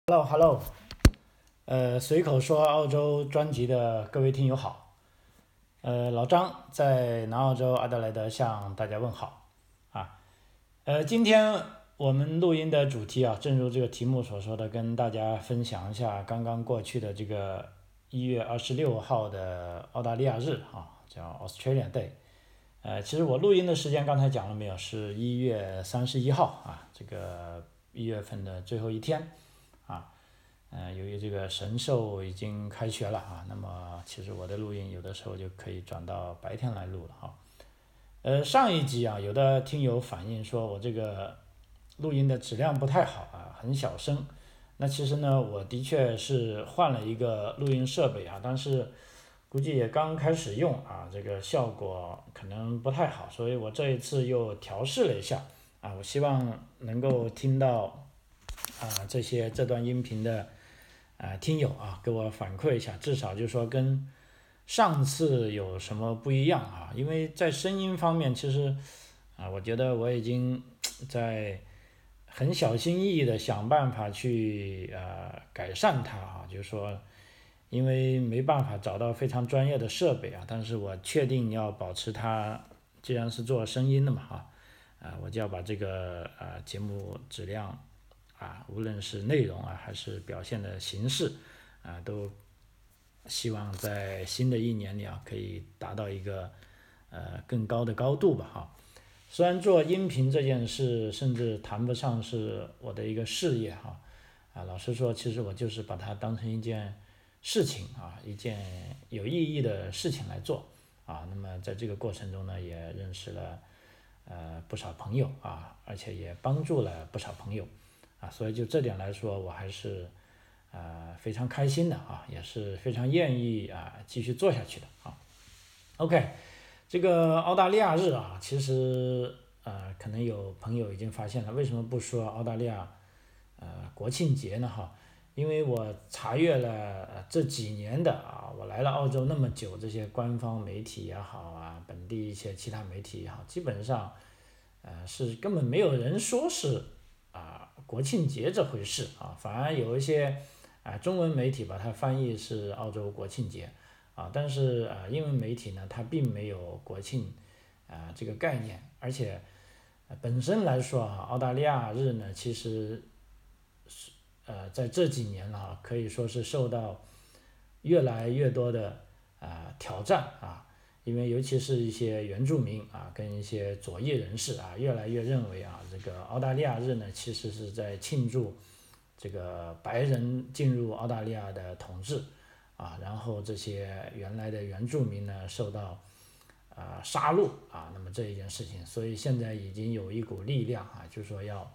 Hello，随口说澳洲专辑的各位听友好，老张在南澳洲阿德莱德向大家问好啊。今天我们录音的主题啊，正如这个题目所说的，跟大家分享一下刚刚过去的这个1月26号的澳大利亚日啊，叫 Australia Day。其实我录音的时间刚才讲了没有？是1月31号啊，这个1月份的最后一天啊。由于这个神兽已经开学了啊，那么其实我的录音有的时候就可以转到白天来录了哈。上一集啊，有的听友反映说我这个录音的质量不太好啊，很小声。那其实呢，我的确是换了一个录音设备啊，但是估计也刚开始用啊，这个效果可能不太好，所以我这一次又调试了一下啊，我希望能够听到这段音频的听友啊，给我反馈一下，至少就说跟上次有什么不一样啊？因为在声音方面，其实我觉得我已经在很小心翼翼的想办法去改善它啊，就是说，因为没办法找到非常专业的设备啊，但是我确定要保持它，既然是做声音的嘛我就要把这个节目质量无论是内容还是表现的形式都希望在新的一年里可以达到一个更高的高度吧虽然做音频这件事甚至谈不上是我的一个事业老实说，其实我就是把它当成一件事情一件有意义的事情来做那么在这个过程中呢，也认识了不少朋友而且也帮助了不少朋友所以就这点来说，我还是非常开心的也是非常愿意继续做下去的OK，这个澳大利亚日其实可能有朋友已经发现了，为什么不说澳大利亚国庆节呢因为我查阅了这几年的我来了澳洲那么久，这些官方媒体也好本地一些其他媒体也好，基本上是根本没有人说是国庆节这回事反而有一些中文媒体把它翻译是澳洲国庆节但是英文媒体呢，它并没有国庆这个概念，而且本身来说澳大利亚日呢，其实在这几年可以说是受到越来越多的挑战因为尤其是一些原住民跟一些左翼人士越来越认为这个澳大利亚日呢，其实是在庆祝这个白人进入澳大利亚的统治然后这些原来的原住民呢受到杀戮那么这一件事情，所以现在已经有一股力量就是说要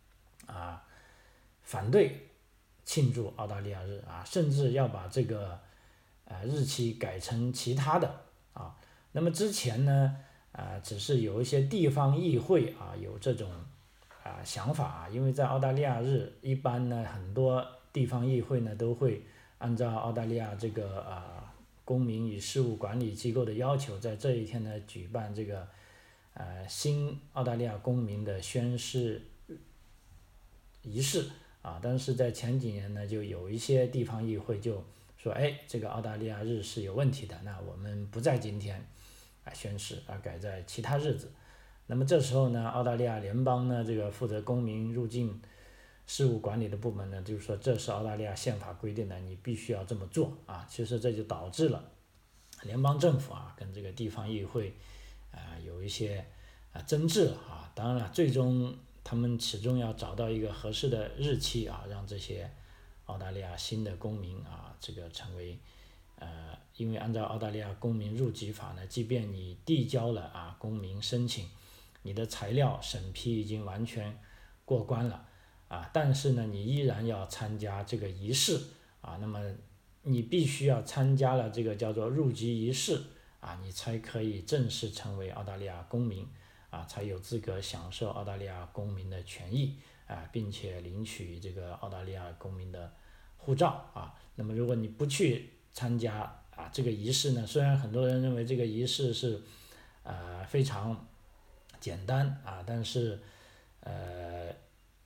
反对庆祝澳大利亚日甚至要把这个日期改成其他的那么之前呢只是有一些地方议会有这种想法因为在澳大利亚日一般呢很多地方议会呢都会按照澳大利亚这个公民与事务管理机构的要求，在这一天呢举办这个新澳大利亚公民的宣誓仪式但是在前几年呢，就有一些地方议会就说，这个澳大利亚日是有问题的，那我们不在今天宣誓改在其他日子。那么这时候呢，澳大利亚联邦呢这个负责公民入境事务管理的部门呢，就是说这是澳大利亚宪法规定的，你必须要这么做其实这就导致了联邦政府跟这个地方议会有一些争执了当然了，最终他们始终要找到一个合适的日期让这些澳大利亚新的公民这个成为因为按照澳大利亚公民入籍法呢，即便你递交了公民申请，你的材料审批已经完全过关了但是呢，你依然要参加这个仪式那么你必须要参加了这个叫做入籍仪式你才可以正式成为澳大利亚公民才有资格享受澳大利亚公民的权益并且领取这个澳大利亚公民的护照那么如果你不去参加这个仪式呢，虽然很多人认为这个仪式是非常简单但是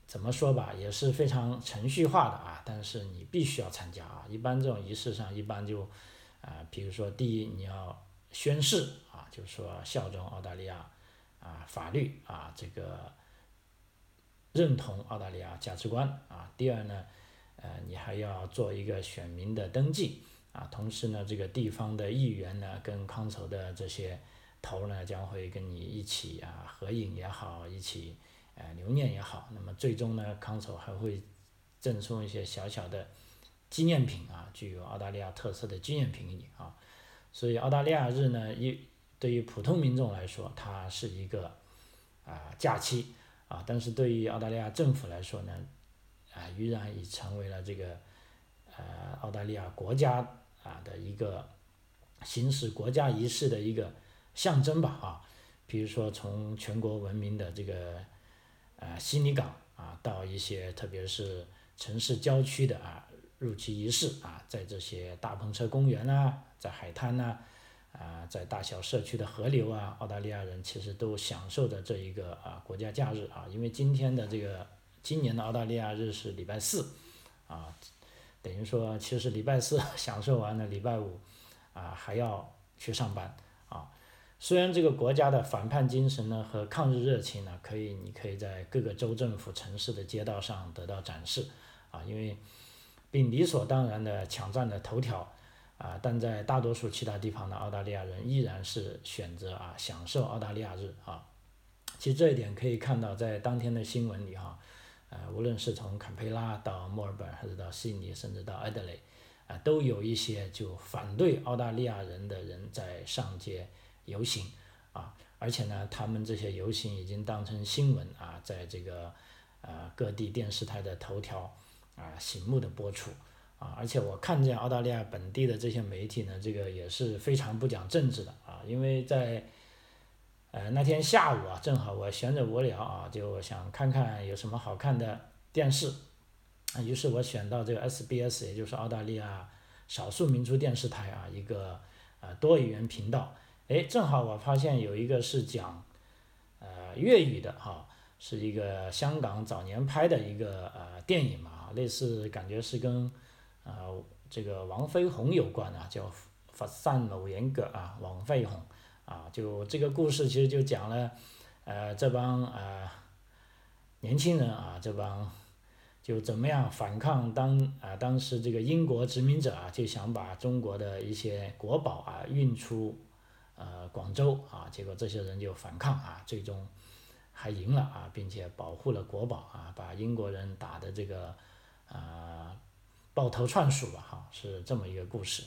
怎么说吧，也是非常程序化的啊，但是你必须要参加啊。一般这种仪式上，一般就比如说第一你要宣誓啊，就是说效忠澳大利亚法律啊，这个认同澳大利亚价值观啊。第二呢，你还要做一个选民的登记啊，同时呢，这个地方的议员呢跟康筹的这些头呢将会跟你一起合影也好，一起留念也好。那么最终呢，康筹还会赠送一些小小的纪念品啊，具有澳大利亚特色的纪念品给你啊。所以澳大利亚日呢，对于普通民众来说，它是一个假期啊，但是对于澳大利亚政府来说呢，依然已成为了这个澳大利亚国家的一个行使国家仪式的一个象征吧啊。比如说从全国闻名的这个悉尼港到一些特别是城市郊区的入旗仪式在这些大篷车公园在海滩在大小社区的河流澳大利亚人其实都享受着这一个国家假日因为今年的澳大利亚日是礼拜四等于说其实礼拜四享受完了，礼拜五还要去上班虽然这个国家的反叛精神呢和抗日热情呢，你可以在各个州政府城市的街道上得到展示因为并理所当然的抢占了头条但在大多数其他地方的澳大利亚人依然是选择享受澳大利亚日其实这一点可以看到在当天的新闻里无论是从坎培拉到墨尔本，还是到悉尼，甚至到艾德雷都有一些就反对澳大利亚人的人在上街游行而且呢，他们这些游行已经当成新闻在这个各地电视台的头条醒目的播出而且我看见澳大利亚本地的这些媒体呢，这个也是非常不讲政治的因为在那天下午正好我闲着无聊就想看看有什么好看的电视于是我选到这个 SBS， 也就是澳大利亚少数民族电视台一个多语言频道正好我发现有一个是讲粤语的是一个香港早年拍的一个电影嘛类似感觉是跟这个王飞鸿有关叫佛山老严格王飞鸿就这个故事其实就讲了这帮年轻人这帮就怎么样反抗当时这个英国殖民者就想把中国的一些国宝运出广州结果这些人就反抗最终还赢了并且保护了国宝把英国人打的这个抱头串鼠吧是这么一个故事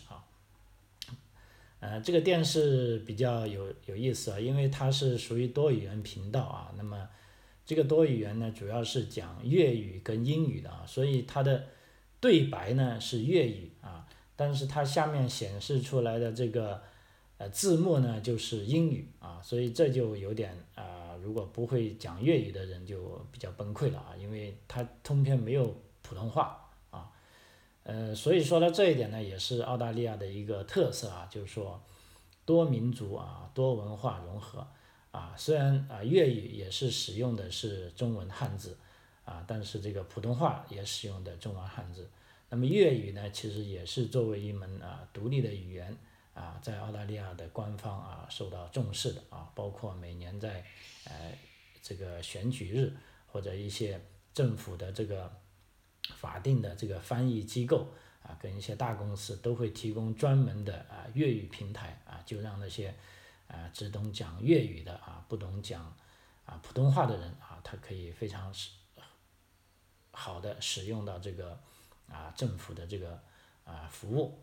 这个电视比较有意思因为它是属于多语言频道那么这个多语言呢主要是讲粤语跟英语的所以它的对白呢是粤语但是它下面显示出来的这个字幕呢就是英语所以这就有点如果不会讲粤语的人就比较崩溃了因为它通篇没有普通话所以说呢这一点呢也是澳大利亚的一个特色就是说多民族多文化融合虽然粤语也是使用的是中文汉字但是这个普通话也使用的中文汉字那么粤语呢其实也是作为一门独立的语言在澳大利亚的官方受到重视的包括每年在这个选举日或者一些政府的这个法定的这个翻译机构跟一些大公司都会提供专门的粤语平台就让那些只懂讲粤语的不懂讲普通话的人他可以非常好的使用到这个政府的这个服务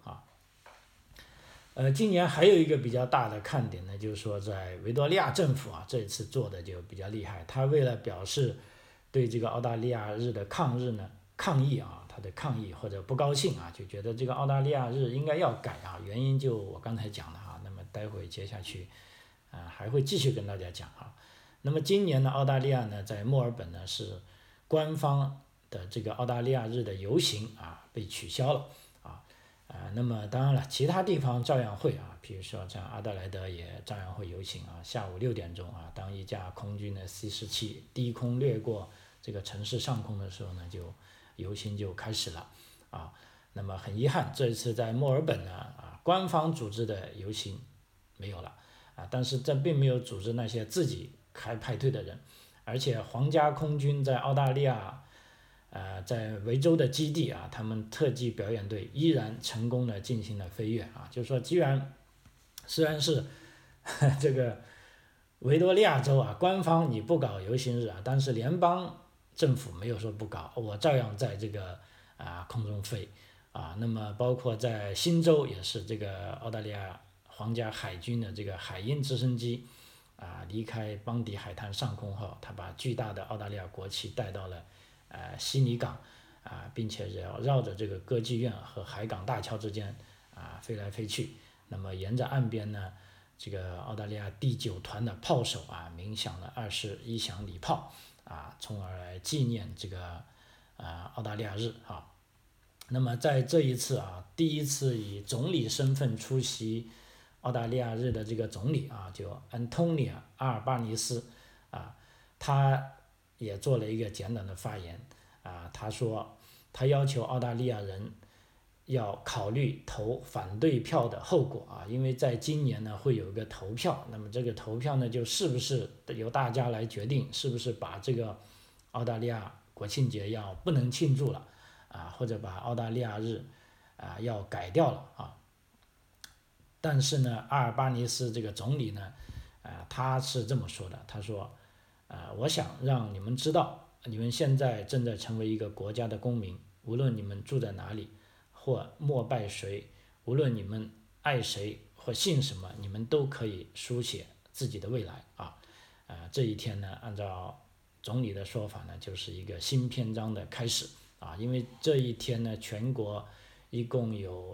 今年还有一个比较大的看点呢，就是说在维多利亚政府这次做的就比较厉害，他为了表示对这个澳大利亚日的抗议他的抗议或者不高兴就觉得这个澳大利亚日应该要改原因就我刚才讲的那么待会接下去还会继续跟大家讲那么今年呢澳大利亚呢在墨尔本呢是官方的这个澳大利亚日的游行被取消了那么当然了其他地方照样会比如说像阿德莱德也照样会游行下午6点钟当一架空军的 C-17低空掠过这个城市上空的时候呢，就游行就开始了啊。那么很遗憾，这一次在墨尔本呢官方组织的游行没有了但是这并没有组织那些自己开派对的人，而且皇家空军在澳大利亚在维州的基地他们特技表演队依然成功的进行了飞跃就是说虽然是这个维多利亚州官方你不搞游行日但是联邦政府没有说不搞，我照样在这个空中飞那么包括在新州也是这个澳大利亚皇家海军的这个海鹰直升机离开邦迪海滩上空后，他把巨大的澳大利亚国旗带到了悉尼港并且绕着这个歌剧院和海港大桥之间飞来飞去。那么沿着岸边呢，这个澳大利亚第9团的炮手鸣响了21响礼炮从而来纪念这个澳大利亚日那么在这一次第一次以总理身份出席澳大利亚日的这个总理就安东尼亚阿尔巴尼斯他也做了一个简短的发言他说他要求澳大利亚人要考虑投反对票的后果因为在今年呢会有一个投票，那么这个投票呢就是不是由大家来决定是不是把这个澳大利亚国庆节要不能庆祝了或者把澳大利亚日要改掉了但是呢阿尔巴尼斯这个总理呢他是这么说的，他说我想让你们知道，你们现在正在成为一个国家的公民，无论你们住在哪里或膜拜谁，无论你们爱谁或信什么，你们都可以书写自己的未来这一天呢按照总理的说法呢就是一个新篇章的开始因为这一天呢全国一共有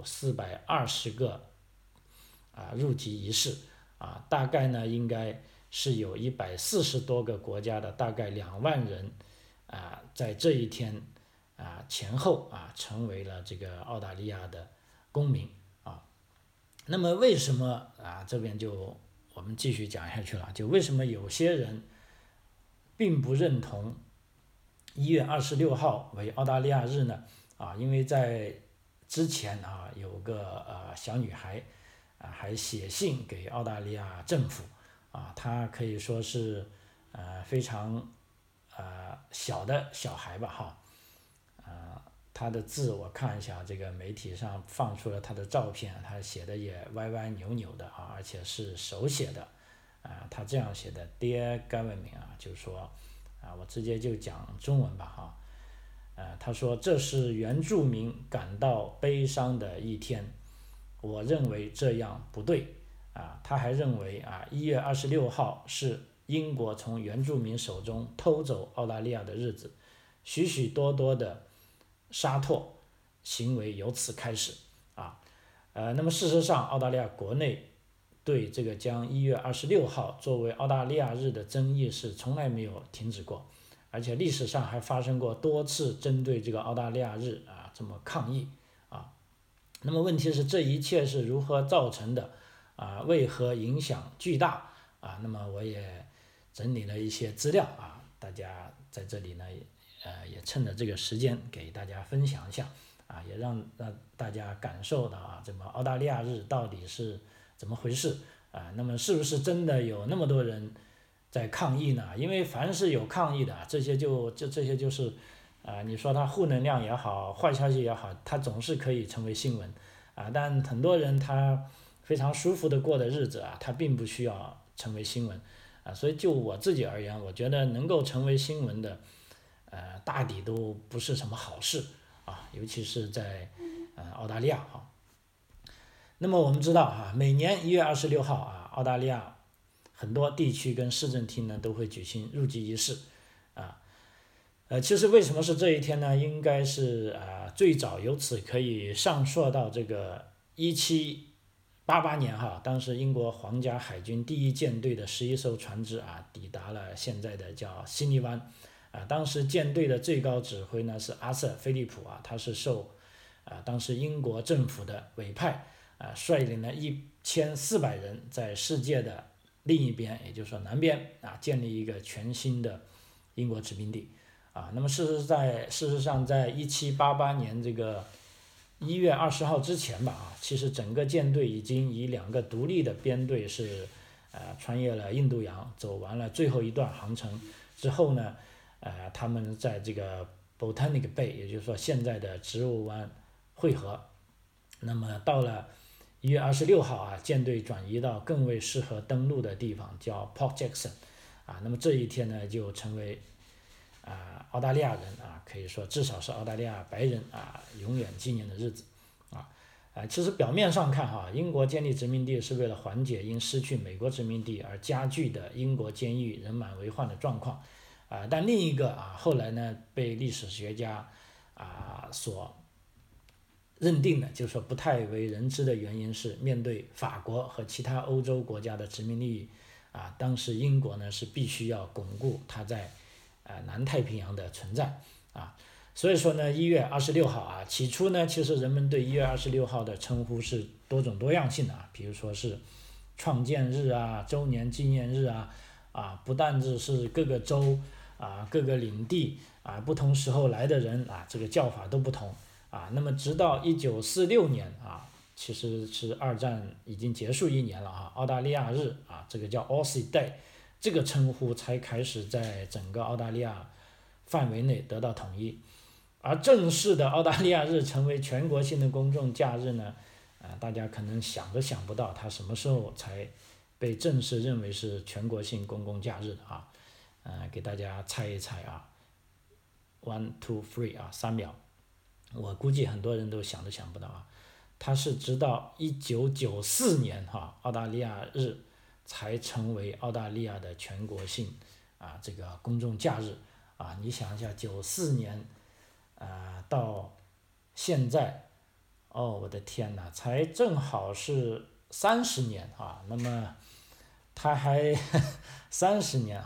420个入籍仪式大概呢应该是有140多个国家的大概2万人在这一天前后成为了这个澳大利亚的公民那么为什么这边就我们继续讲下去了，就为什么有些人并不认同1月26号为澳大利亚日呢因为在之前有个小女孩还写信给澳大利亚政府她可以说是非常小的小孩吧她的字我看一下，这个媒体上放出了她的照片，她写的也歪歪扭扭的而且是手写的她这样写的 Dear Government 就是说我直接就讲中文吧他说这是原住民感到悲伤的一天，我认为这样不对他还认为1月26号是英国从原住民手中偷走澳大利亚的日子，许许多多的沙拓行为由此开始那么事实上澳大利亚国内对这个将1月26号作为澳大利亚日的争议是从来没有停止过，而且历史上还发生过多次针对这个澳大利亚日这么抗议那么问题是这一切是如何造成的为何影响巨大那么我也整理了一些资料大家在这里呢也趁着这个时间给大家分享一下也让大家感受到这么澳大利亚日到底是怎么回事那么是不是真的有那么多人在抗议呢？因为凡是有抗议的这些就是你说它负能量也好，坏消息也好，它总是可以成为新闻但很多人他非常舒服的过的日子他并不需要成为新闻所以就我自己而言，我觉得能够成为新闻的大抵都不是什么好事尤其是在澳大利亚那么我们知道每年1月26号澳大利亚很多地区跟市政厅呢都会举行入籍仪式其实为什么是这一天呢？应该是最早由此可以上溯到这个1788年当时英国皇家海军第1舰队的11艘船只抵达了现在的叫悉尼湾当时舰队的最高指挥呢是阿瑟·菲利普他是受当时英国政府的委派率领了1400人在世界的另一边，也就是说南边建立一个全新的英国殖民地那么事实上在1788年这个1月20号之前吧，其实整个舰队已经以2个独立的编队是穿越了印度洋，走完了最后一段航程之后呢，他们在这个 Botanic Bay， 也就是说现在的植物湾汇合。那么到了1月26号舰队转移到更为适合登陆的地方，叫 Port Jackson。那么这一天呢，就成为澳大利亚人可以说至少是澳大利亚白人永远纪念的日子其实表面上看英国建立殖民地是为了缓解因失去美国殖民地而加剧的英国监狱人满为患的状况但另一个后来呢被历史学家所认定的，就是说不太为人知的原因是，面对法国和其他欧洲国家的殖民利益当时英国呢是必须要巩固它在南太平洋的存在所以说呢1月26号起初呢其实人们对1月26号的称呼是多种多样性的比如说是创建日周年纪念日不但是各个州各个领地不同时候来的人这个叫法都不同那么直到1946年其实是2战已经结束1年了澳大利亚日这个叫 Aussie Day， 这个称呼才开始在整个澳大利亚范围内得到统一。而正式的澳大利亚日成为全国性的公众假日呢大家可能想都想不到它什么时候才被正式认为是全国性公共假日的给大家猜一猜1 2 3 3秒，我估计很多人都想都想不到它是直到1994年澳大利亚日才成为澳大利亚的全国性这个公众假日你想一下94年到现在我的天哪，才正好是30年那么它还30年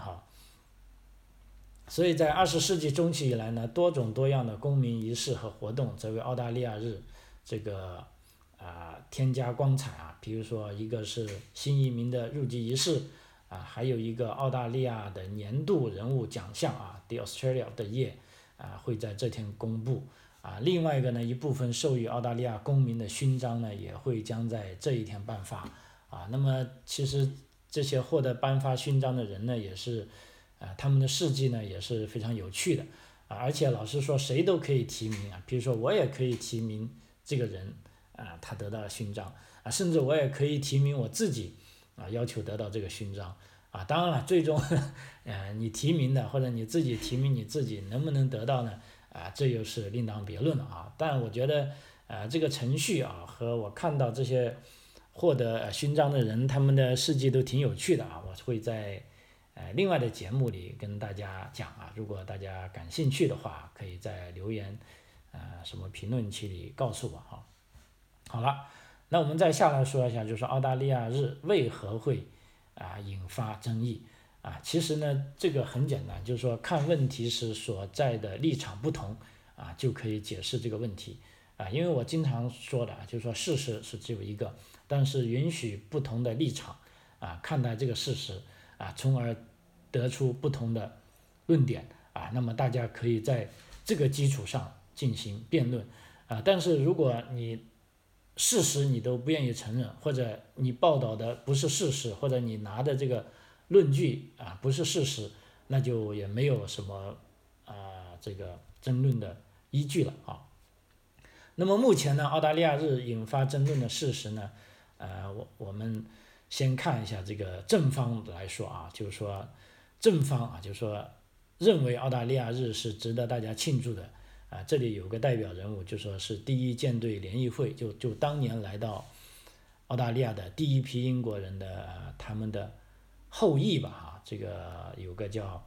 所以在20世纪中期以来呢，多种多样的公民仪式和活动则为澳大利亚日这个添加光彩比如说一个是新移民的入籍仪式还有一个澳大利亚的年度人物奖项The Australia of the Year会在这天公布另外一个呢，一部分授予澳大利亚公民的勋章呢，也会将在这一天颁发那么其实这些获得颁发勋章的人呢，也是他们的事迹呢也是非常有趣的而且老实说谁都可以提名比如说我也可以提名这个人他得到了勋章甚至我也可以提名我自己要求得到这个勋章当然了最终你提名的或者你自己提名你自己能不能得到呢这又是另当别论了但我觉得这个程序和我看到这些获得勋章的人他们的事迹都挺有趣的我会在另外的节目里跟大家讲如果大家感兴趣的话可以在留言什么评论区里告诉我好了，那我们再下来说一下就是澳大利亚日为何会引发争议其实呢这个很简单，就是说看问题时所在的立场不同就可以解释这个问题因为我经常说的就是说事实是只有一个，但是允许不同的立场看待这个事实从而得出不同的论点那么大家可以在这个基础上进行辩论但是如果你事实你都不愿意承认，或者你报道的不是事实，或者你拿的这个论据不是事实，那就也没有什么这个争论的依据了那么目前呢，澳大利亚日引发争论的事实呢我们先看一下这个正方来说就是说正方就是说认为澳大利亚日是值得大家庆祝的这里有个代表人物，就说是第一舰队联谊会，就当年来到澳大利亚的第一批英国人的他们的后裔吧这个有个叫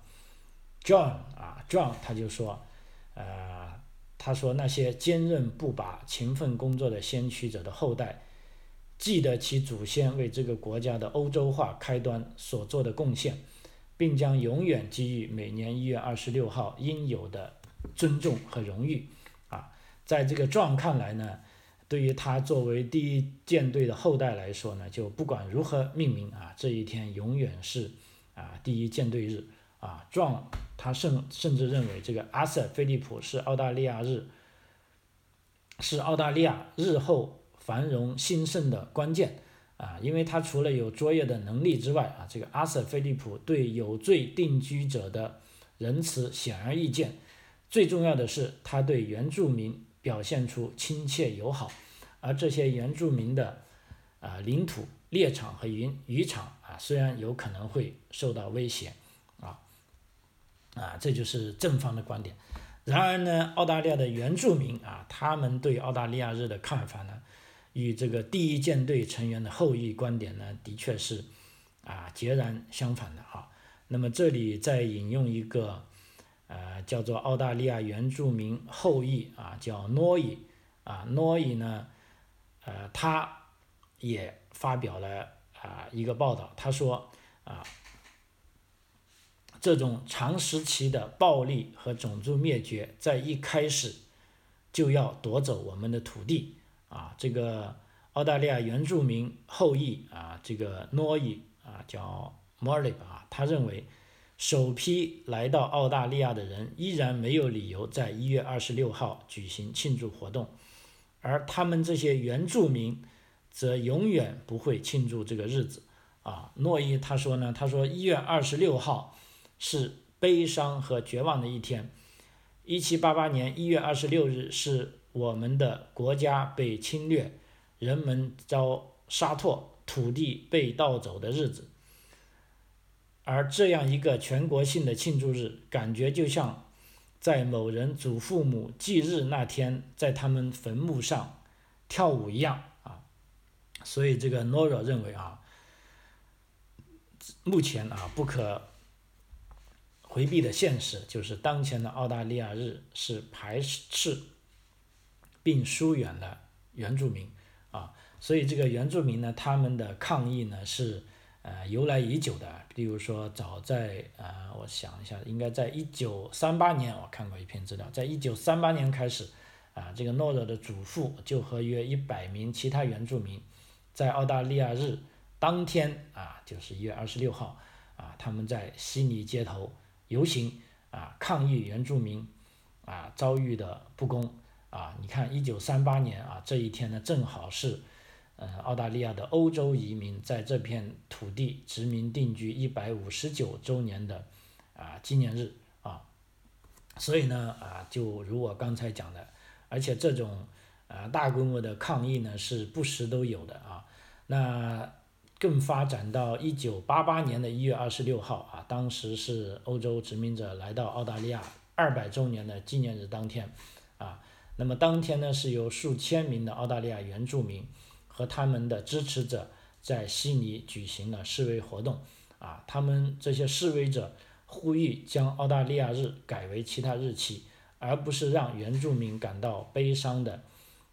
John John 他就说他说那些坚韧不拔勤奋工作的先驱者的后代记得其祖先为这个国家的欧洲化开端所做的贡献，并将永远给予每年1月26号应有的尊重和荣誉在这个John看来呢，对于他作为第一舰队的后代来说呢，就不管如何命名这一天永远是第一舰队日壮他甚至认为这个阿瑟·菲利普是澳大利亚日后繁荣兴盛的关键因为他除了有卓越的能力之外这个阿瑟·菲利普对有罪定居者的仁慈显而易见，最重要的是他对原住民表现出亲切友好，而这些原住民的领土、猎场和渔场虽然有可能会受到威胁这就是正方的观点。然而呢，澳大利亚的原住民他们对澳大利亚日的看法呢，与这个第一舰队成员的后裔观点呢，的确是截然相反的那么这里再引用一个叫做澳大利亚原住民后裔叫诺伊诺伊呢他也发表了一个报道，他说这种长时期的暴力和种族灭绝在一开始就要夺走我们的土地这个澳大利亚原住民后裔这个诺伊叫 Morley 他认为首批来到澳大利亚的人依然没有理由在1月26号举行庆祝活动，而他们这些原住民则永远不会庆祝这个日子诺伊他说1月26号是悲伤和绝望的一天。1788年1月26日是我们的国家被侵略，人们遭杀拓，土地被盗走的日子。而这样一个全国性的庆祝日，感觉就像在某人祖父母忌日那天在他们坟墓上跳舞一样所以这个 Nora 认为目前不可回避的现实就是当前的澳大利亚日是排斥并疏远了原住民所以这个原住民呢，他们的抗议呢是由来已久的。比如说早在我想一下，应该在1938年，我看过一篇资料，在1938年开始这个诺尔的祖父就和约100名其他原住民在澳大利亚日当天就是1月26号他们在悉尼街头游行抗议原住民遭遇的不公你看1938年这一天呢，正好是澳大利亚的欧洲移民在这片土地殖民定居159周年的纪念日所以呢就如我刚才讲的，而且这种大规模的抗议呢是不时都有的那更发展到1988年的1月26号当时是欧洲殖民者来到澳大利亚200周年的纪念日当天那么当天呢是由数千名的澳大利亚原住民和他们的支持者在悉尼举行了示威活动他们这些示威者呼吁将澳大利亚日改为其他日期，而不是让原住民感到悲伤的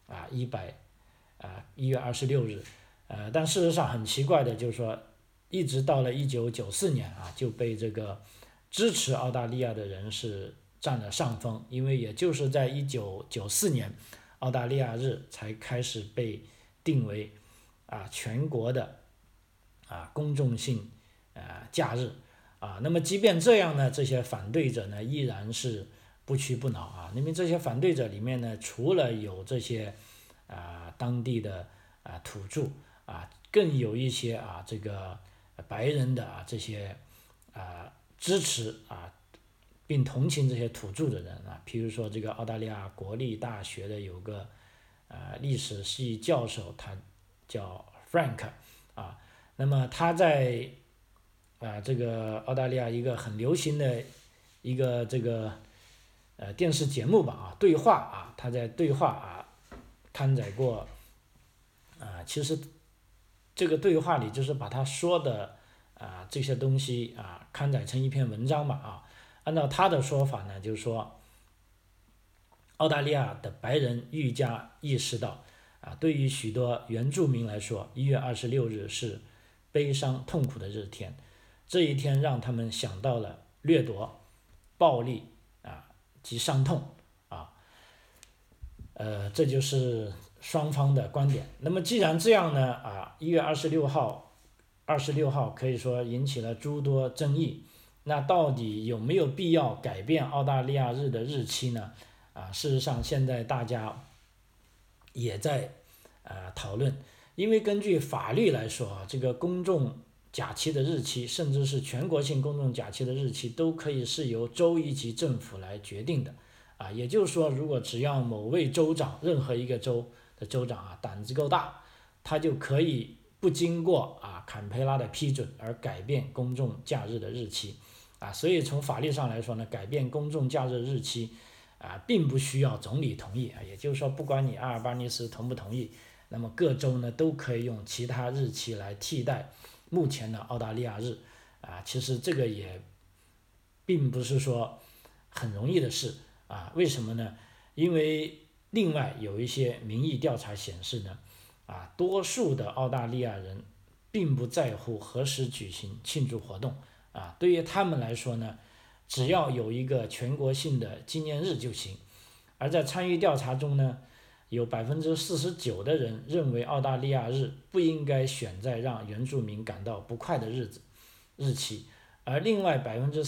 1月26日但事实上很奇怪的就是说，一直到了1994年就被这个支持澳大利亚的人是占了上风，因为也就是在1994年澳大利亚日才开始被定为全国的公众性假日那么即便这样呢，这些反对者呢依然是不屈不挠因为这些反对者里面呢，除了有这些当地的土著更有一些这个白人的这些支持并同情这些土著的人譬如说这个澳大利亚国立大学的有个历史系教授，他叫 Frank 那么他在这个澳大利亚一个很流行的一个这个电视节目吧对话他在对话刊载过其实这个对话里就是把他说的这些东西刊载成一篇文章嘛按照他的说法呢，就是说澳大利亚的白人愈加意识到对于许多原住民来说1月26日是悲伤痛苦的日天，这一天让他们想到了掠夺、暴力及伤痛这就是双方的观点。那么既然这样呢1月26号可以说引起了诸多争议， 那到底有没有必要改变澳大利亚日的日期呢？事实上现在大家也在讨论，因为根据法律来说，这个公众假期的日期，甚至是全国性公众假期的日期，都可以是由州一级政府来决定的。也就是说，如果只要某位州长，任何一个州的州长胆子够大，他就可以不经过坎培拉的批准而改变公众假日的日期。所以从法律上来说呢，改变公众假日日期并不需要总理同意也就是说，不管你阿尔巴尼斯同不同意，那么各州呢都可以用其他日期来替代目前的澳大利亚日其实这个也并不是说很容易的事为什么呢？因为另外有一些民意调查显示呢多数的澳大利亚人并不在乎何时举行庆祝活动对于他们来说呢，只要有一个全国性的纪念日就行。而在参与调查中呢，有49%的人认为澳大利亚日不应该选在让原住民感到不快的日期，而另外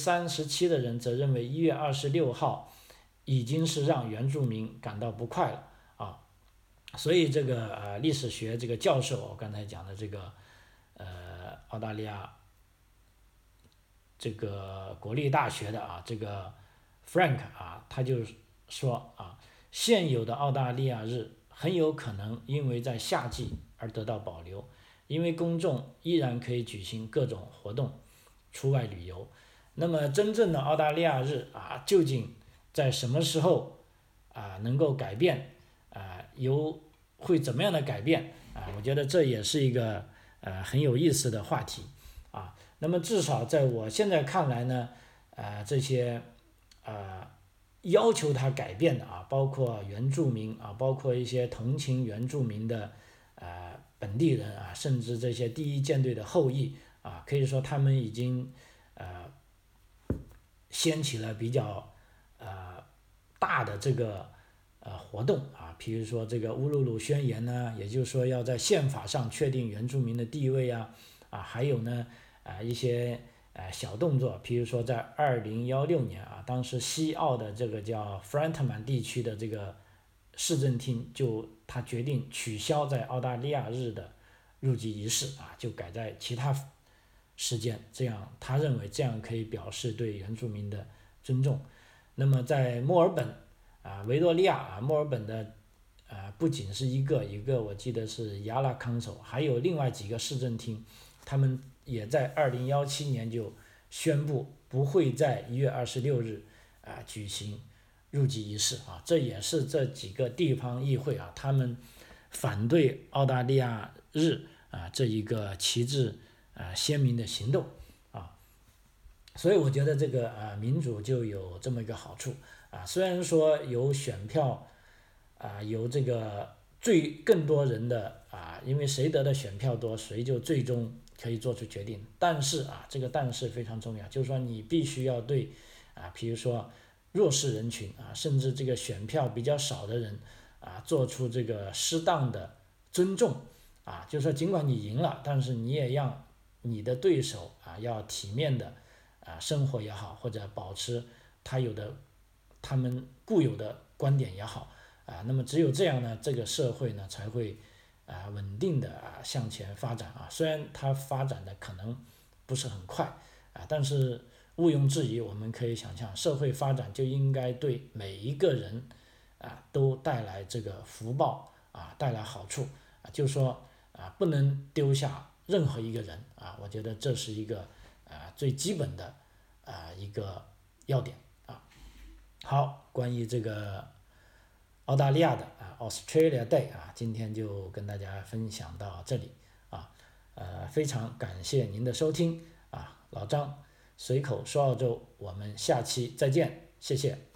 37%的人则认为1月26号已经是让原住民感到不快了所以这个历史学这个教授，我刚才讲的这个澳大利亚这个国立大学的这个 Frank 他就说现有的澳大利亚日很有可能因为在夏季而得到保留，因为公众依然可以举行各种活动，出外旅游。那么真正的澳大利亚日究竟在什么时候能够改变会怎么样的改变我觉得这也是一个很有意思的话题那么至少在我现在看来呢这些要求他改变的包括原住民包括一些同情原住民的本地人甚至这些第一舰队的后裔可以说他们已经掀起了比较大的这个活动比如说这个乌鲁鲁宣言呢，也就是说要在宪法上确定原住民的地位还有呢一些小动作，比如说在2016年当时西澳的这个叫弗兰特曼地区的这个市政厅他决定取消在澳大利亚日的入籍仪式就改在其他时间，这样他认为这样可以表示对原住民的尊重。那么在墨尔本维多利亚墨尔本的不仅是一个我记得是亚拉康首，还有另外几个市政厅，他们也在2017年就宣布不会在1月26日举行入籍仪式这也是这几个地方议会他们反对澳大利亚日这一个旗帜鲜明的行动所以我觉得这个民主就有这么一个好处虽然说有选票有这个更多人的因为谁得的选票多，谁就最终可以做出决定。但是这个但是非常重要，就是说你必须要对比如说弱势人群甚至这个选票比较少的人做出这个适当的尊重就是说尽管你赢了，但是你也让你的对手要体面的生活也好，或者保持他们固有的观点也好那么只有这样呢，这个社会呢才会稳定的向前发展虽然它发展的可能不是很快但是毋庸置疑，我们可以想象，社会发展就应该对每一个人都带来这个福报带来好处就是说不能丢下任何一个人我觉得这是一个最基本的一个要点好，关于这个澳大利亚的Australia Day 今天就跟大家分享到这里非常感谢您的收听老张随口说澳洲，我们下期再见，谢谢。